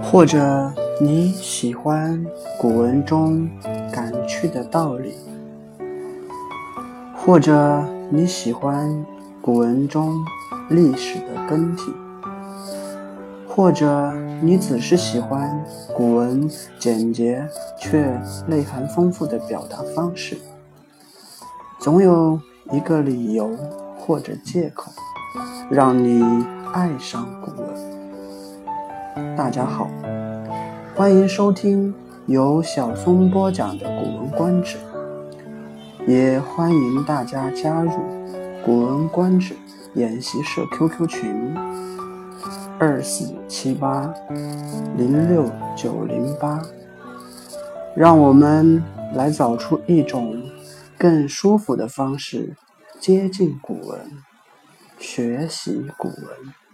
或者你喜欢古文中感趣的道理，或者你喜欢古文中历史的更替，或者你只是喜欢古文简洁却内涵丰富的表达方式，总有一个理由或者借口让你爱上古文。大家好，欢迎收听由小松播讲的《古文观止》，也欢迎大家加入《古文观止》研习社 QQ 群2478069008，让我们来找出一种更舒服的方式接近古文，学习古文。